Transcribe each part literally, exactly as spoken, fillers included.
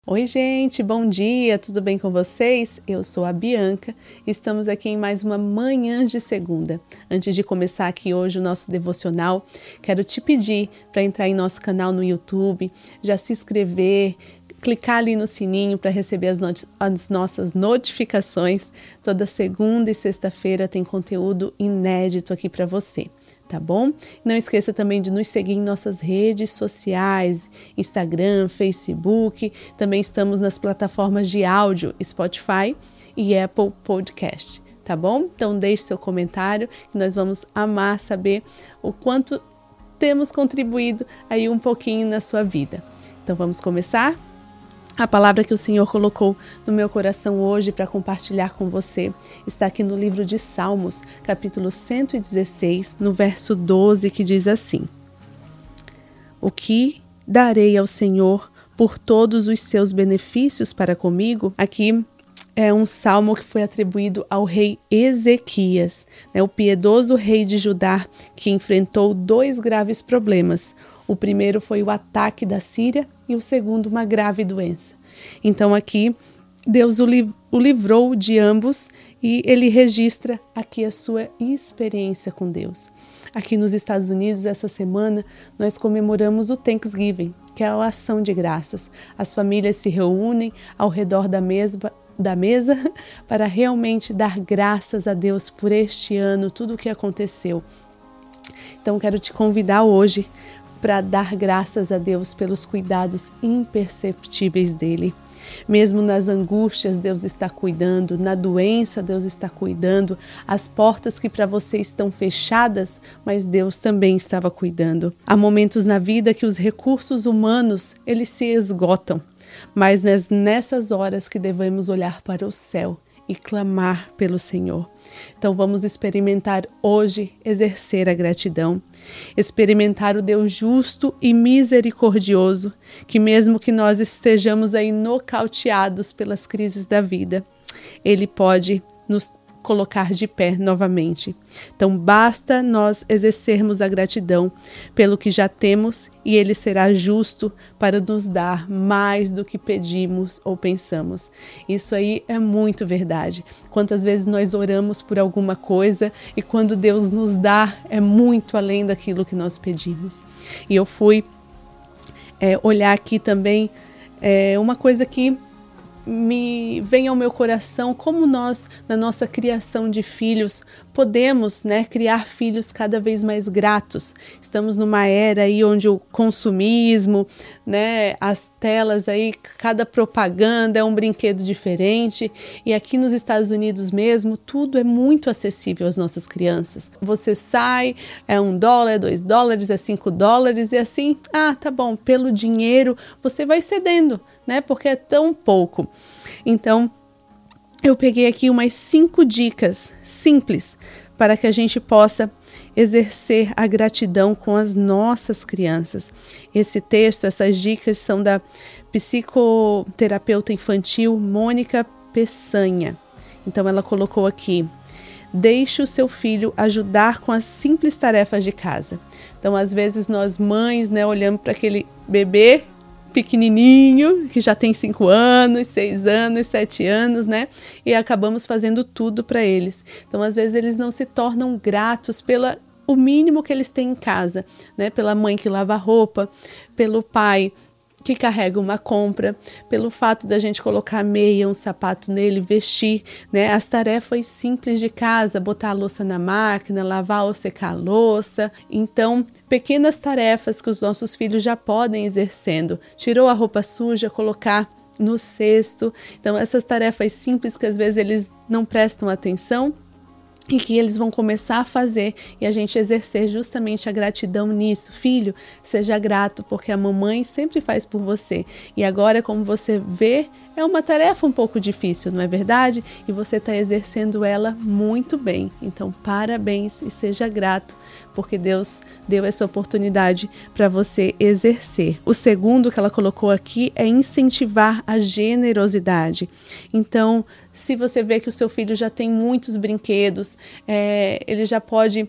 Oi gente, bom dia, tudo bem com vocês? Eu sou a Bianca e estamos aqui em mais uma manhã de segunda. Antes de começar aqui hoje o nosso devocional, quero te pedir para entrar em nosso canal no YouTube, já se inscrever, clicar ali no sininho para receber as, not- as nossas notificações. Toda segunda e sexta-feira tem conteúdo inédito aqui para você. Tá bom? Não esqueça também de nos seguir em nossas redes sociais, Instagram, Facebook. Também estamos nas plataformas de áudio Spotify e Apple Podcast, tá bom? Então deixe seu comentário que nós vamos amar saber o quanto temos contribuído aí um pouquinho na sua vida. Então vamos começar? A palavra que o Senhor colocou no meu coração hoje para compartilhar com você está aqui no livro de Salmos, capítulo cento e dezesseis, no verso doze, que diz assim: O que darei ao Senhor por todos os seus benefícios para comigo? Aqui é um salmo que foi atribuído ao rei Ezequias, né, o piedoso rei de Judá que enfrentou dois graves problemas. O primeiro foi o ataque da Síria e o segundo uma grave doença. Então aqui Deus o, liv- o livrou de ambos e ele registra aqui a sua experiência com Deus. Aqui nos Estados Unidos, essa semana, nós comemoramos o Thanksgiving, que é a ação de graças. As famílias se reúnem ao redor da mesa, da mesa para realmente dar graças a Deus por este ano, tudo o que aconteceu. Então quero te convidar hoje para dar graças a Deus pelos cuidados imperceptíveis dele. Mesmo nas angústias, Deus está cuidando, na doença, Deus está cuidando, as portas que para você estão fechadas, mas Deus também estava cuidando. Há momentos na vida que os recursos humanos, eles se esgotam, mas nessas horas que devemos olhar para o céu e clamar pelo Senhor. Então vamos experimentar hoje exercer a gratidão, experimentar o Deus justo e misericordioso, que mesmo que nós estejamos aí nocauteados pelas crises da vida, Ele pode nos colocar de pé novamente. Então basta nós exercermos a gratidão pelo que já temos e Ele será justo para nos dar mais do que pedimos ou pensamos. Isso aí é muito verdade. Quantas vezes nós oramos por alguma coisa e quando Deus nos dá é muito além daquilo que nós pedimos. E eu fui é, olhar aqui também é, uma coisa que me vem ao meu coração, como nós, na nossa criação de filhos, podemos, né, criar filhos cada vez mais gratos. Estamos numa era aí onde o consumismo, né, as telas aí, cada propaganda é um brinquedo diferente, e aqui nos Estados Unidos mesmo, tudo é muito acessível às nossas crianças. Você sai, é um dólar, é dois dólares, é cinco dólares, e assim, ah, tá bom, pelo dinheiro você vai cedendo, né, porque é tão pouco. Então, eu peguei aqui umas cinco dicas simples para que a gente possa exercer a gratidão com as nossas crianças. Esse texto, essas dicas são da psicoterapeuta infantil Mônica Peçanha. Então ela colocou aqui: deixe o seu filho ajudar com as simples tarefas de casa. Então às vezes nós mães, né, olhamos para aquele bebê pequenininho, que já tem cinco anos, seis anos, sete anos, né? E acabamos fazendo tudo para eles. Então, às vezes, eles não se tornam gratos pela o mínimo que eles têm em casa, né? Pela mãe que lava a roupa, pelo pai que carrega uma compra, pelo fato da gente colocar meia, um sapato nele, vestir, né? As tarefas simples de casa, botar a louça na máquina, lavar ou secar a louça. Então, pequenas tarefas que os nossos filhos já podem exercendo. Tirou a roupa suja, colocar no cesto. Então, essas tarefas simples que às vezes eles não prestam atenção, e que eles vão começar a fazer e a gente exercer justamente a gratidão nisso. Filho, seja grato porque a mamãe sempre faz por você. E agora, como você vê, é uma tarefa um pouco difícil, não é verdade? E você está exercendo ela muito bem. Então, parabéns e seja grato, porque Deus deu essa oportunidade para você exercer. O segundo que ela colocou aqui é incentivar a generosidade. Então, se você vê que o seu filho já tem muitos brinquedos, é, ele já pode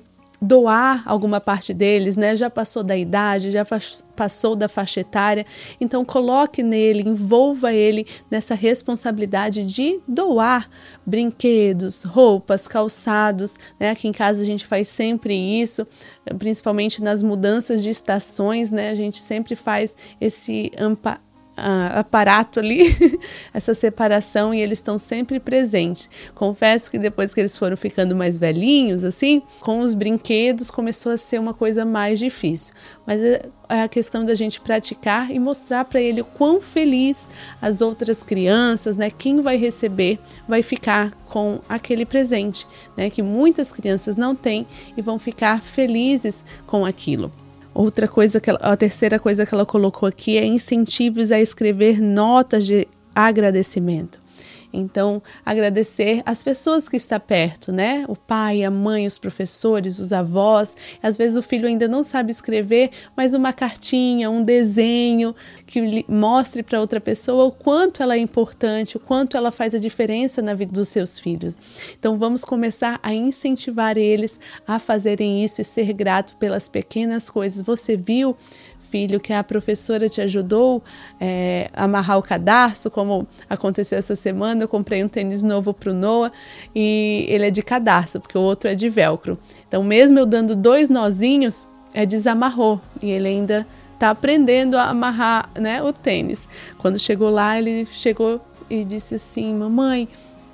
doar alguma parte deles, né? Já passou da idade, já passou da faixa etária, então coloque nele, envolva ele nessa responsabilidade de doar brinquedos, roupas, calçados, né? Aqui em casa a gente faz sempre isso, principalmente nas mudanças de estações, né? A gente sempre faz esse amparo, Uh, aparato ali, essa separação, e eles estão sempre presentes. Confesso que depois que eles foram ficando mais velhinhos, assim, com os brinquedos começou a ser uma coisa mais difícil, mas é a questão da gente praticar e mostrar para ele o quão feliz as outras crianças, né, quem vai receber, vai ficar com aquele presente, né, que muitas crianças não têm e vão ficar felizes com aquilo. Outra coisa, que ela, a terceira coisa que ela colocou aqui é incentivos a escrever notas de agradecimento. Então, agradecer as pessoas que estão perto, né? O pai, a mãe, os professores, os avós. Às vezes o filho ainda não sabe escrever, mas uma cartinha, um desenho que mostre para outra pessoa o quanto ela é importante, o quanto ela faz a diferença na vida dos seus filhos. Então, vamos começar a incentivar eles a fazerem isso e ser grato pelas pequenas coisas. Você viu, filho, que a professora te ajudou é, a amarrar o cadarço, como aconteceu essa semana? Eu comprei um tênis novo para o Noah e ele é de cadarço, porque o outro é de velcro. Então, mesmo eu dando dois nozinhos, é, desamarrou e ele ainda está aprendendo a amarrar, né, o tênis. Quando chegou lá, ele chegou e disse assim: mamãe,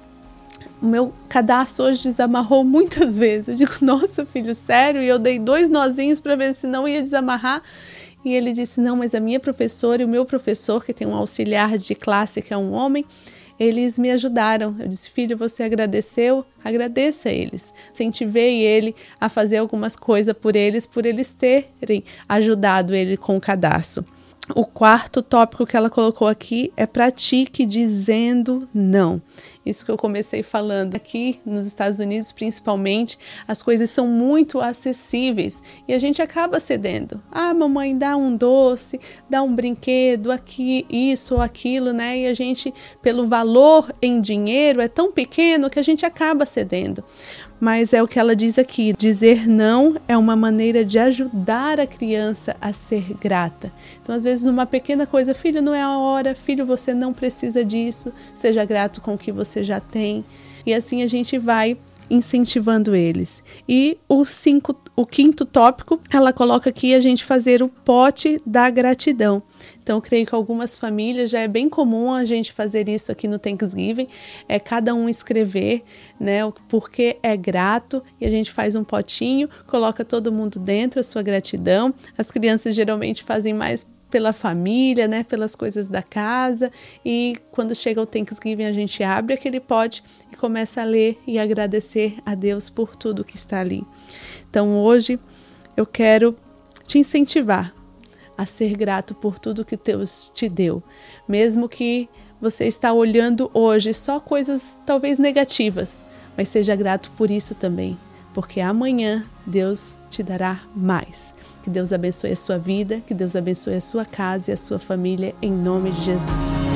o meu cadarço hoje desamarrou muitas vezes. Eu digo: nossa, filho, sério? E eu dei dois nozinhos para ver se não ia desamarrar. E ele disse: não, mas a minha professora e o meu professor, que tem um auxiliar de classe, que é um homem, eles me ajudaram. Eu disse: filho, você agradeceu? Agradeça a eles. Incentivei ele a fazer algumas coisas por eles, por eles terem ajudado ele com o cadarço. O quarto tópico que ela colocou aqui é pratique dizendo não. Isso que eu comecei falando aqui nos Estados Unidos, principalmente, as coisas são muito acessíveis e a gente acaba cedendo. Ah, mamãe, dá um doce, dá um brinquedo, aqui, isso ou aquilo, né? E a gente, pelo valor em dinheiro, é tão pequeno que a gente acaba cedendo. Mas é o que ela diz aqui: dizer não é uma maneira de ajudar a criança a ser grata. Então, às vezes, uma pequena coisa: filho, não é a hora, filho, você não precisa disso, seja grato com o que você já tem. E assim a gente vai incentivando eles. E o, cinco, o quinto tópico, ela coloca aqui a gente fazer o pote da gratidão. Então, eu creio que algumas famílias já é bem comum a gente fazer isso aqui no Thanksgiving, é cada um escrever, né, o porquê é grato, e a gente faz um potinho, coloca todo mundo dentro, a sua gratidão. As crianças geralmente fazem mais pela família, né, pelas coisas da casa, e quando chega o Thanksgiving a gente abre aquele pote e começa a ler e agradecer a Deus por tudo que está ali. Então, hoje eu quero te incentivar a ser grato por tudo que Deus te deu, mesmo que você está olhando hoje só coisas talvez negativas, mas seja grato por isso também, porque amanhã Deus te dará mais. Que Deus abençoe a sua vida, que Deus abençoe a sua casa e a sua família, em nome de Jesus.